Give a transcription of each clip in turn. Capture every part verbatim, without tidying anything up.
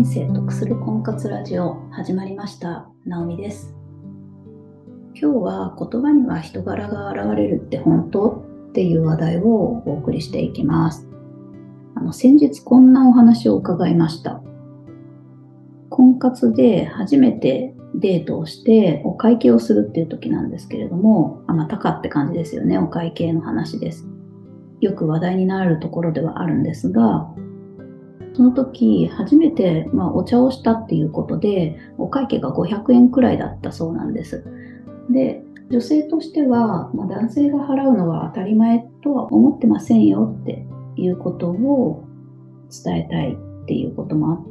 生得する婚活ラジオ始まりました。なおみです。今日は言葉には人柄が現れるって本当っていう話題をお送りしていきます。あの先日こんなお話を伺いました。婚活で初めてデートをしてお会計をするっていう時なんですけれども、あまたかって感じですよね。お会計の話です。よく話題になるところではあるんですが、その時初めて、まあ、お茶をしたっていうことでお会計がごひゃくえんくらいだったそうなんです。で、女性としては、まあ、男性が払うのは当たり前とは思ってませんよっていうことを伝えたいっていうこともあって、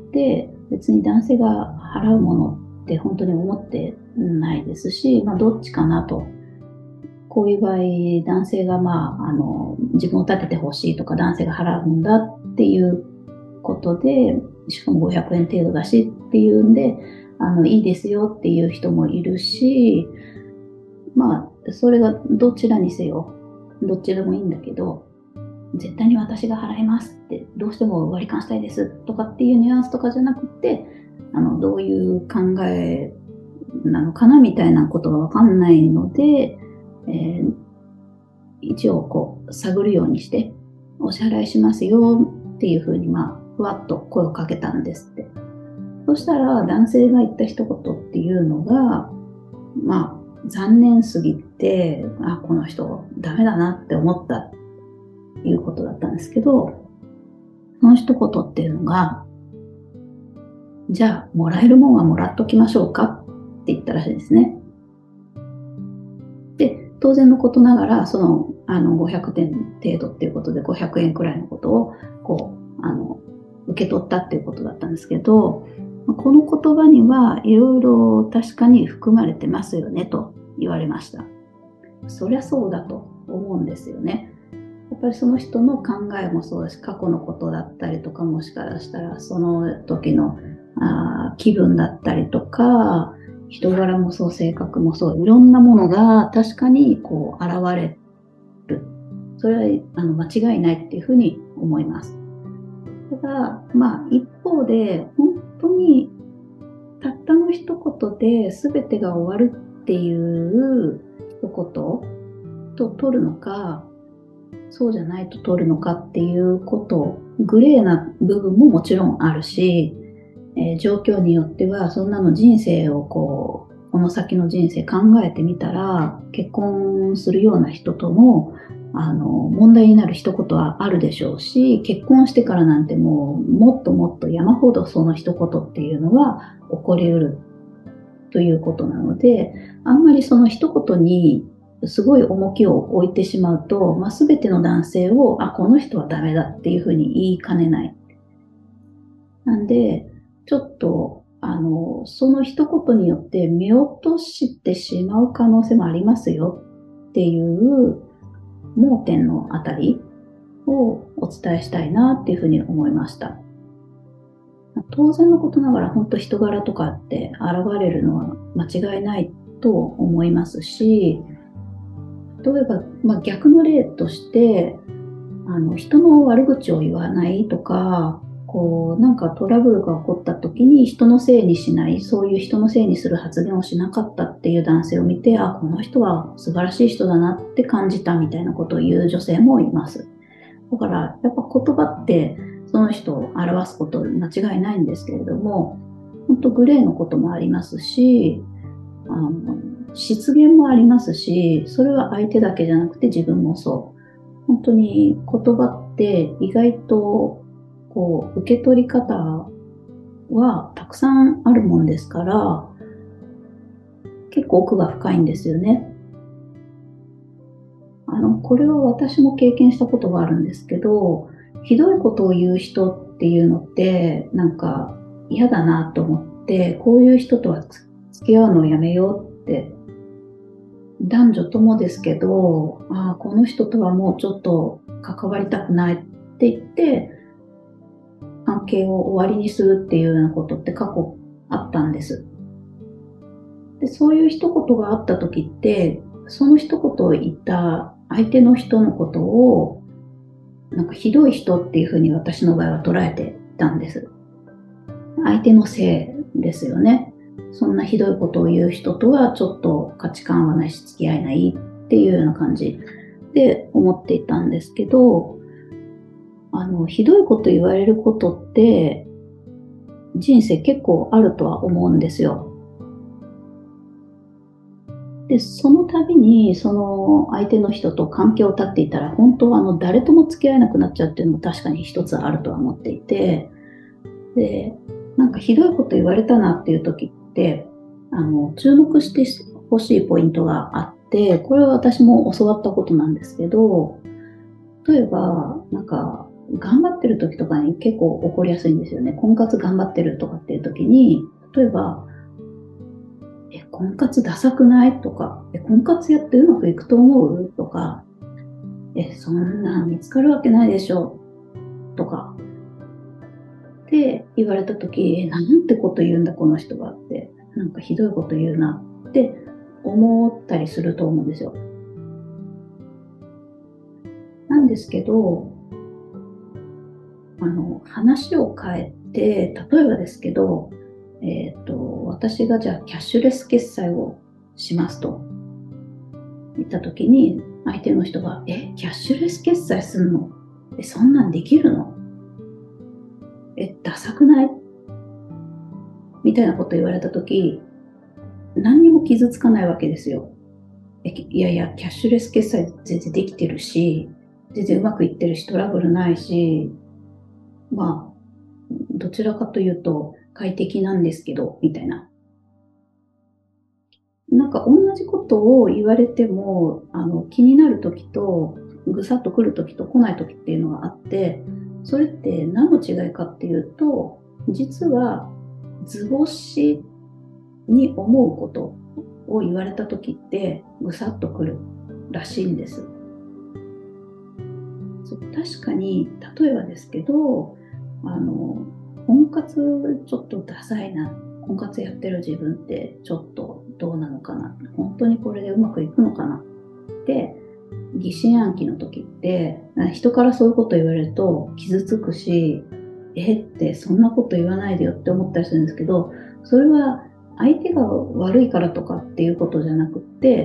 別に男性が払うものって本当に思ってないですし、まあ、どっちかなと。こういう場合、男性が、まあ、あの自分を立ててほしいとか、男性が払うんだっていうことで、しかもごひゃくえん程度だしっていうんで、あのいいですよっていう人もいるし、まあそれがどちらにせよどっちでもいいんだけど、絶対に私が払いますって、どうしても割り勘したいですとかっていうニュアンスとかじゃなくて、あのどういう考えなのかなみたいなことが分かんないので、えー、一応こう探るようにしてお支払いしますよっていうふうに、まあふわっと声をかけたんですって。そしたら男性が言った一言っていうのが、まあ残念すぎて、あ、この人ダメだなって思ったっていうことだったんですけど、その一言っていうのが、じゃあもらえるもんはもらっときましょうかって言ったらしいですね。で、当然のことながら、そのあのごひゃくてん程度っていうことでごひゃくえんくらいのことをこうあの受け取ったっていうことだったんですけど、この言葉にはいろいろ確かに含まれてますよねと言われました。そりゃそうだと思うんですよね。やっぱりその人の考えもそうだし、過去のことだったりとか、もしかしたらその時のあ気分だったりとか、人柄もそう、性格もそう、いろんなものが確かにこう現れる。それはあの間違いないっていうふうに思います。ただ、まあ一方で本当にたったの一言で全てが終わるっていう一言と取るのか、そうじゃないと取るのかっていうこと、グレーな部分ももちろんあるし、えー、状況によってはそんなの人生をこうこの先の人生考えてみたら、結婚するような人ともあの問題になる一言はあるでしょうし、結婚してからなんてもうもっともっと山ほどその一言っていうのは起こりうるということなので、あんまりその一言にすごい重きを置いてしまうと、まあ、全ての男性をあこの人はダメだっていうふうに言いかねない。なんでちょっとあのその一言によって見落としてしまう可能性もありますよっていう盲点のあたりをお伝えしたいなっていうふうに思いました。当然のことながら本当人柄とかって現れるのは間違いないと思いますし、例えば、まあ、逆の例としてあの人の悪口を言わないとか、こうなんかトラブルが起こった時に人のせいにしない、そういう人のせいにする発言をしなかったっていう男性を見て、あ、この人は素晴らしい人だなって感じたみたいなことを言う女性もいます。だからやっぱ言葉ってその人を表すこと間違いないんですけれども、本当グレーのこともありますし、あの失言もありますし、それは相手だけじゃなくて自分もそう。本当に言葉って意外とこう受け取り方はたくさんあるもんですから、結構奥が深いんですよね。あのこれは私も経験したことがあるんですけど、ひどいことを言う人っていうのってなんか嫌だなと思って、こういう人とは付き合うのをやめようって、男女ともですけど、あ、この人とはもうちょっと関わりたくないって言って関係を終わりにするっていうようなことって過去あったんです。で、そういう一言があった時って、その一言を言った相手の人のことをなんかひどい人っていうふうに私の場合は捉えてたんです。 相手のせいですよね。そんなひどいことを言う人とはちょっと価値観合わないし付き合えないっていうような感じで思っていたんですけど、あの、ひどいこと言われることって人生結構あるとは思うんですよ。で、その度にその相手の人と関係を断っていたら本当はあの誰とも付き合えなくなっちゃうっていうのも確かに一つあるとは思っていて、で、なんかひどいこと言われたなっていう時って、あの、注目してほしいポイントがあって、これは私も教わったことなんですけど、例えば、なんか、頑張ってる時とかに結構起こりやすいんですよね。婚活頑張ってるとかっていう時に、例えば、え、婚活ダサくないとか、え、婚活やってうまくいくと思うとか、え、そんな見つかるわけないでしょとか、って言われたとき、え、なんてこと言うんだこの人はって、なんかひどいこと言うなって思ったりすると思うんですよ。なんですけど、あの、話を変えて、例えばですけど、えっと、私がじゃあキャッシュレス決済をしますと言ったときに、相手の人が、え、キャッシュレス決済すんの？え、そんなんできるの？え、ダサくない？みたいなこと言われたとき、何にも傷つかないわけですよ。いやいや、キャッシュレス決済全然できてるし、全然うまくいってるし、トラブルないし、まあ、どちらかというと快適なんですけど、みたいな。なんか同じことを言われても、あの、気になるときと、ぐさっと来るときと来ないときっていうのがあって、それって何の違いかっていうと、実は図星に思うことを言われたときってぐさっと来るらしいんです。そう確かに、例えばですけど、あの、婚活ちょっとダサいな、婚活やってる自分ってちょっとどうなのかな、本当にこれでうまくいくのかなって疑心暗鬼の時って、人からそういうこと言われると傷つくし、えってそんなこと言わないでよって思ったりするんですけど、それは相手が悪いからとかっていうことじゃなくって、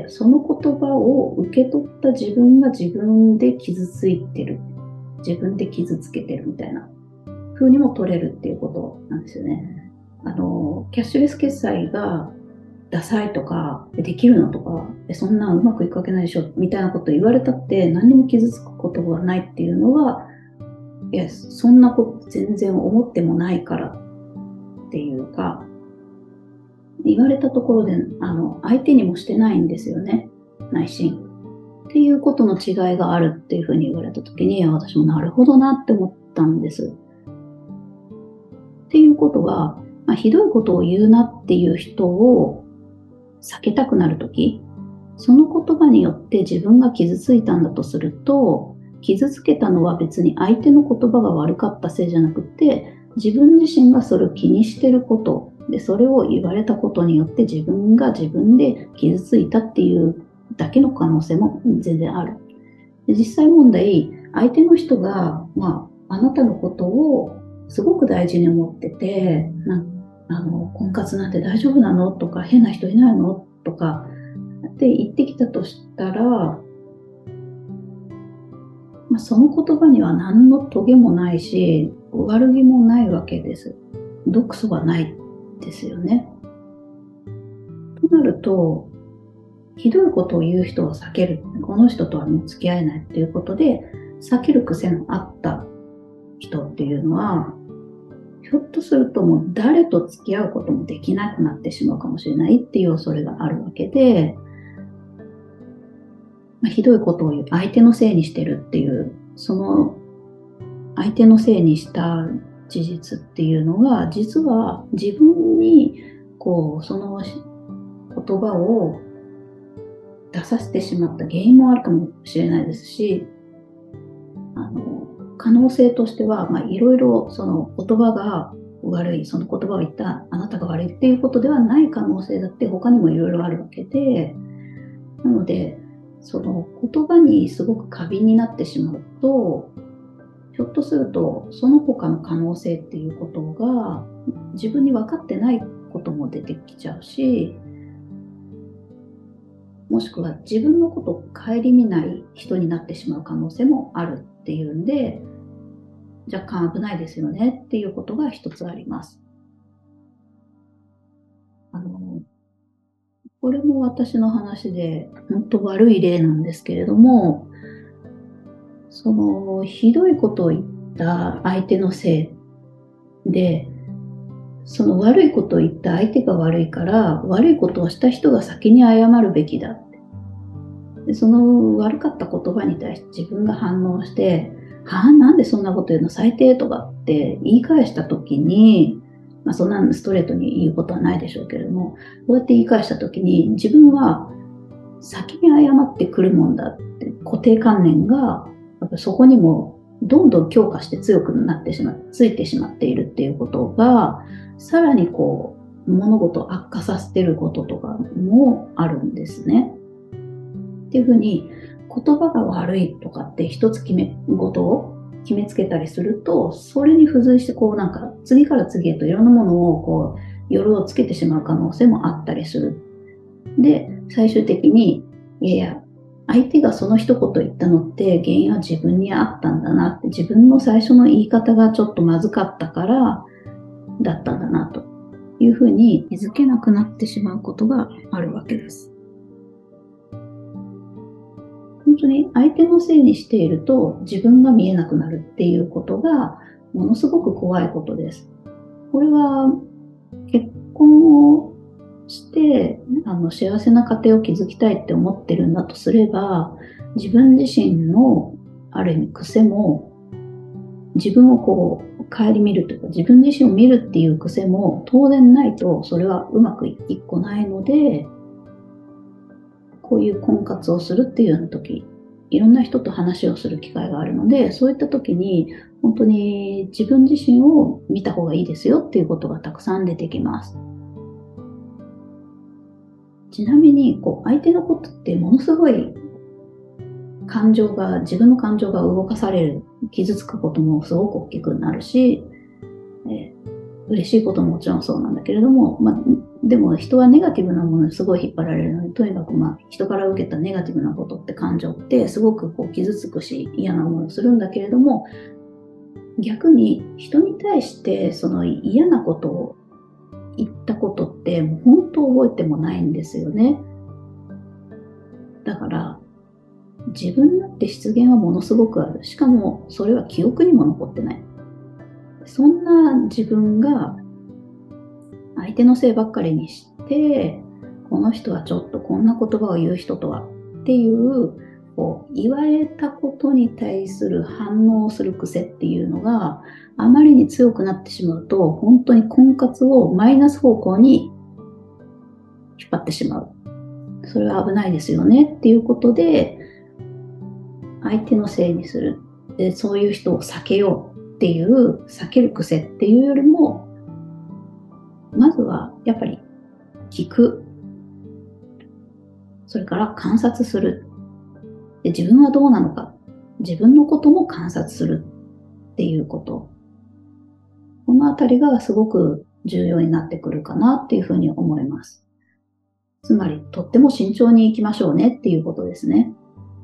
その言葉を受け取った自分が自分で傷ついてる、自分で傷つけてるみたいな風にも取れるっていうことなんですよね。あの、キャッシュレス決済がダサいとか、できるのとか、そんなうまくいくわけないでしょみたいなこと言われたって何にも傷つくことがないっていうのは、いや、そんなこと全然思ってもないからっていうか、言われたところで、あの、相手にもしてないんですよね、内心。っていうことの違いがあるっていうふうに言われたときに、私もなるほどなって思ったんです。っていうことは、まあ、ひどいことを言うなっていう人を避けたくなるとき、その言葉によって自分が傷ついたんだとすると、傷つけたのは別に相手の言葉が悪かったせいじゃなくて、自分自身がそれを気にしてることで、それを言われたことによって自分が自分で傷ついたっていうだけの可能性も全然ある。で実際問題、相手の人が、まあ、あなたのことをすごく大事に思ってて、なんあの婚活なんて大丈夫なのとか、変な人いないのとかって言ってきたとしたら、まあ、その言葉には何のトゲもないし、悪気もないわけです。毒素がないですよね。となると、ひどいことを言う人を避ける。この人とはもう付き合えないっていうことで、避ける癖のあった人っていうのは、ひょっとするともう誰と付き合うこともできなくなってしまうかもしれないっていう恐れがあるわけで、まあ、ひどいことを言う、相手のせいにしてるっていう、その相手のせいにした事実っていうのが、実は自分にこうその言葉を出させてしまった原因もあるかもしれないですし、あの可能性としては、まあ、いろいろその言葉が悪い、その言葉を言ったあなたが悪いっていうことではない可能性だって他にもいろいろあるわけで、なのでその言葉にすごく過敏になってしまうと、 ひょっとするとその他の可能性っていうことが自分に分かってないことも出てきちゃうし、もしくは自分のことを顧みない人になってしまう可能性もあるっていうんで、若干危ないですよねっていうことが一つあります。あのこれも私の話で本当悪い例なんですけれども、そのひどいことを言った相手のせいで、その悪いことを言った相手が悪いから悪いことをした人が先に謝るべきだって。でその悪かった言葉に対して自分が反応して、はあ、なんでそんなこと言うの最低とかって言い返した時に、まあ、そんなストレートに言うことはないでしょうけれども、こうやって言い返した時に自分は先に謝ってくるもんだって固定観念がやっぱそこにもどんどん強化して強くなってしまう、ついてしまっているっていうことが、さらにこう物事を悪化させていることとかもあるんですね。っていうふうに言葉が悪いとかって一つ決め事を決めつけたりすると、それに付随してこうなんか次から次へといろんなものをこう夜をつけてしまう可能性もあったりする。で、最終的にいやいや相手がその一言言ったのって原因は自分にあったんだなって、自分の最初の言い方がちょっとまずかったからだったんだなというふうに気づけなくなってしまうことがあるわけです。本当に相手のせいにしていると自分が見えなくなるっていうことがものすごく怖いことです。これは結婚をしてあの幸せな家庭を築きたいって思ってるんだとすれば、自分自身のある意味癖も、自分をこう顧みるというか自分自身を見るっていう癖も当然ないとそれはうまくいってこないので、こういう婚活をするっていうような時、いろんな人と話をする機会があるので、そういった時に本当に自分自身を見た方がいいですよっていうことがたくさん出てきます。ちなみにこう相手のことってものすごい感情が、自分の感情が動かされる、傷つくこともすごく大きくなるし、えー、嬉しいことももちろんそうなんだけれども、まあ、でも人はネガティブなものにすごい引っ張られるので、とにかくまあ人から受けたネガティブなことって感情ってすごくこう傷つくし嫌な思いをするんだけれども、逆に人に対してその嫌なことを言ったことってもう本当覚えてもないんですよね。だから自分だって失言はものすごくある。しかもそれは記憶にも残ってない。そんな自分が相手のせいばっかりにして、この人はちょっとこんな言葉を言う人とはっていう、こう言われたことに対する反応をする癖っていうのがあまりに強くなってしまうと、本当に婚活をマイナス方向に引っ張ってしまう。それは危ないですよねっていうことで、相手のせいにする。で、そういう人を避けようっていう、避ける癖っていうよりも、まずはやっぱり聞く。それから観察する。で、自分はどうなのか。自分のことも観察するっていうこと。このあたりがすごく重要になってくるかなっていうふうに思います。つまり、とっても慎重にいきましょうねっていうことですね。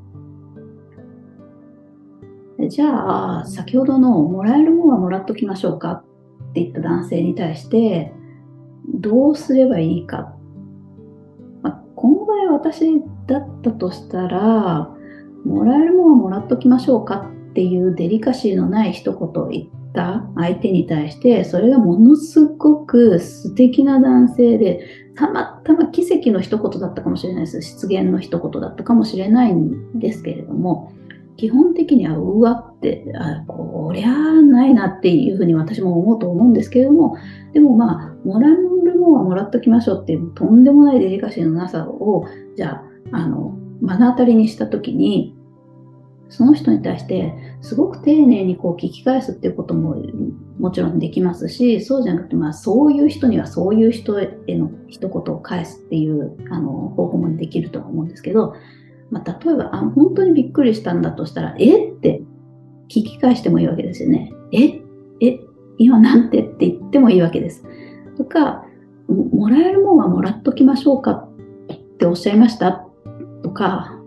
じゃあ、先ほどのもらえるものはもらっときましょうかって言った男性に対して、どうすればいいか。まあ、この場合私だったとしたら、もらえるものはもらっときましょうかっていうデリカシーのない一言を言った相手に対して、それがものすごく素敵な男性で、たまたま奇跡の一言だったかもしれないです。失言の一言だったかもしれないんですけれども、基本的にはうわって、あ、こりゃないなっていうふうに私も思うと思うんですけれども、でもまあ、もらえるものはもらっときましょうっていうとんでもないデリカシーのなさを、じゃあ、あの、目の当たりにしたときに、その人に対してすごく丁寧にこう聞き返すっていうことももちろんできますし、そうじゃなくて、まあ、そういう人にはそういう人への一言を返すっていうあの方法もできるとは思うんですけど、まあ、例えばあ本当にびっくりしたんだとしたら、えって聞き返してもいいわけですよね。ええ今なんてって言ってもいいわけです。とか、もらえるもんはもらっときましょうかっておっしゃいましたとか、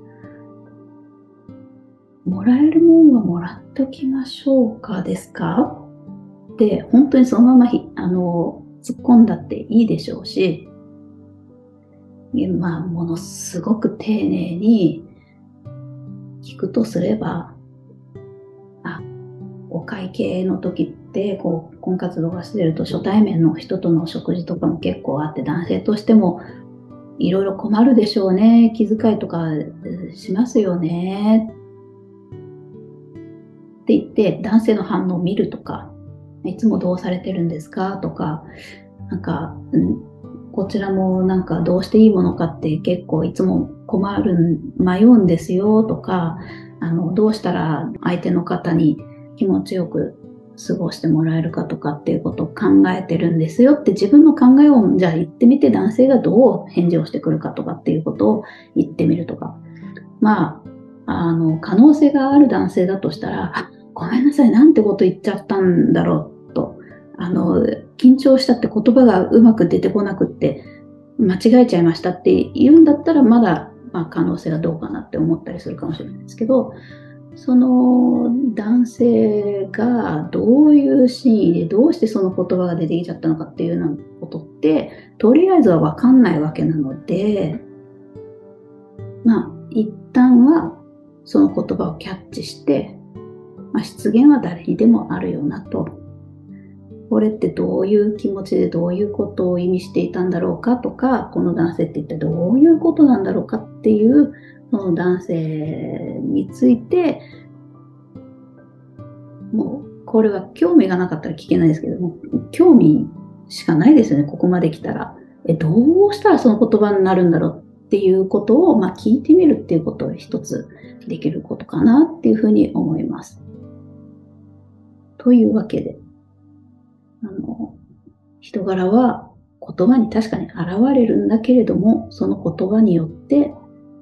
もらえるもんはもらっときましょうかですかって本当にそのままひあの突っ込んだっていいでしょうし、まあ、ものすごく丁寧に聞くとすれば、あ、お会計の時ってこう婚活動画してると初対面の人との食事とかも結構あって、男性としてもいろいろ困るでしょうね、気遣いとかしますよねって言って男性の反応を見るとか、いつもどうされてるんですかとか、なんか、うん、こちらもなんかどうしていいものかって結構いつも困る迷うんですよとか、あのどうしたら相手の方に気持ちよく過ごしてもらえるかとかっていうことを考えてるんですよって自分の考えをじゃあ言ってみて、男性がどう返事をしてくるかとかっていうことを言ってみるとか、まああの可能性がある男性だとしたら、あ、ごめんなさい、なんてこと言っちゃったんだろうと、あの緊張したって言葉がうまく出てこなくって間違えちゃいましたって言うんだったら、まだ、まあ、可能性がどうかなって思ったりするかもしれないですけど、その男性がどういう真意でどうしてその言葉が出てきちゃったのかっていうようなことってとりあえずは分かんないわけなので、まあ一旦はその言葉をキャッチして、まあ、失言は誰にでもあるよなと、これってどういう気持ちでどういうことを意味していたんだろうかとか、この男性って一体どういうことなんだろうかっていうその男性について、もうこれは興味がなかったら聞けないですけども、興味しかないですよね、ここまで来たら。えどうしたらその言葉になるんだろうっていうことを、まあ、聞いてみるっていうことを一つできることかなっていうふうに思います。というわけで、あの人柄は言葉に確かに現れるんだけれども、その言葉によって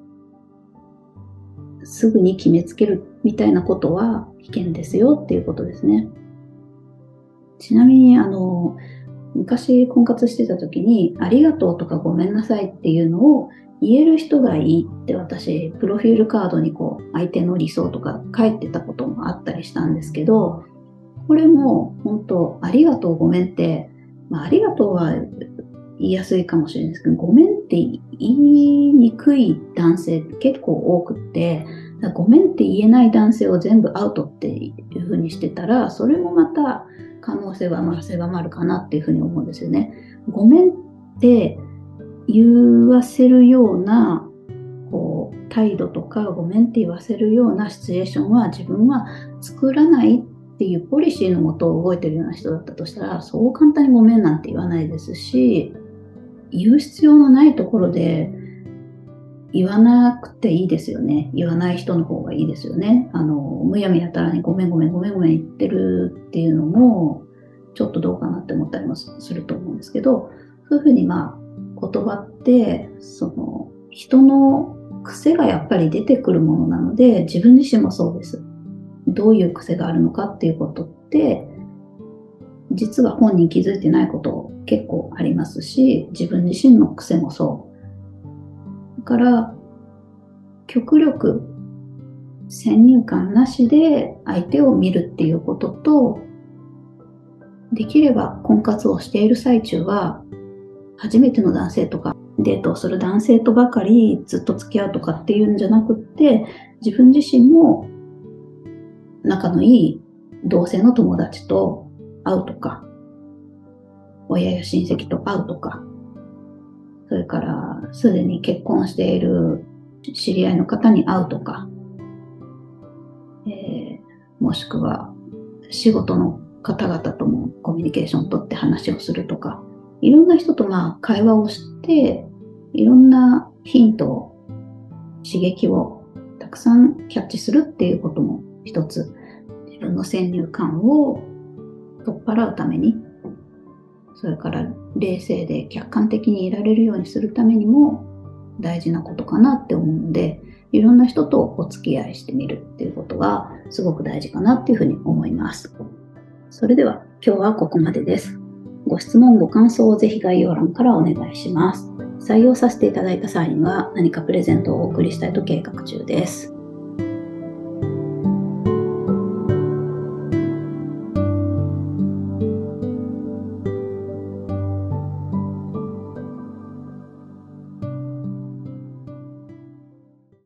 すぐに決めつけるみたいなことは危険ですよっていうことですね。ちなみにあの昔婚活してた時にありがとうとかごめんなさいっていうのを言える人がいいって私プロフィールカードにこう相手の理想とか書いてたこともあったりしたんですけど、これも本当ありがとうごめんって、まあ、ありがとうは言いやすいかもしれないですけど、ごめんって言いにくい男性結構多くって、ごめんって言えない男性を全部アウトっていう風にしてたら、それもまた可能性はまあ狭まるかなっていう風に思うんですよね。ごめんって言わせるようなこう態度とか、ごめんって言わせるようなシチュエーションは自分は作らないっていうポリシーのもとを動いてるような人だったとしたら、そう簡単にごめんなんて言わないですし、言う必要のないところで言わなくていいですよね。言わない人の方がいいですよね。あのむやみやたらにごめんごめんごめんごめん言ってるっていうのもちょっとどうかなって思ったりもすると思うんですけど、そういうふうにまあ言葉ってその人の癖がやっぱり出てくるものなので、自分自身もそうです。どういう癖があるのかっていうことって実は本人気づいてないこと結構ありますし、自分自身の癖もそう。だから極力先入観なしで相手を見るっていうことと、できれば婚活をしている最中は初めての男性とかデートをする男性とばかりずっと付き合うとかっていうんじゃなくって、自分自身も仲のいい同性の友達と会うとか、親や親戚と会うとか、それからすでに結婚している知り合いの方に会うとか、えー、もしくは仕事の方々ともコミュニケーションをとって話をするとか、いろんな人とまあ会話をして、いろんなヒントを、刺激をたくさんキャッチするっていうことも一つ、自分の先入観を取っ払うために、それから冷静で客観的にいられるようにするためにも大事なことかなって思うので、いろんな人とお付き合いしてみるっていうことがすごく大事かなっていうふうに思います。それでは今日はここまでです。ご質問ご感想をぜひ概要欄からお願いします。採用させていただいた際には何かプレゼントをお送りしたいと計画中です。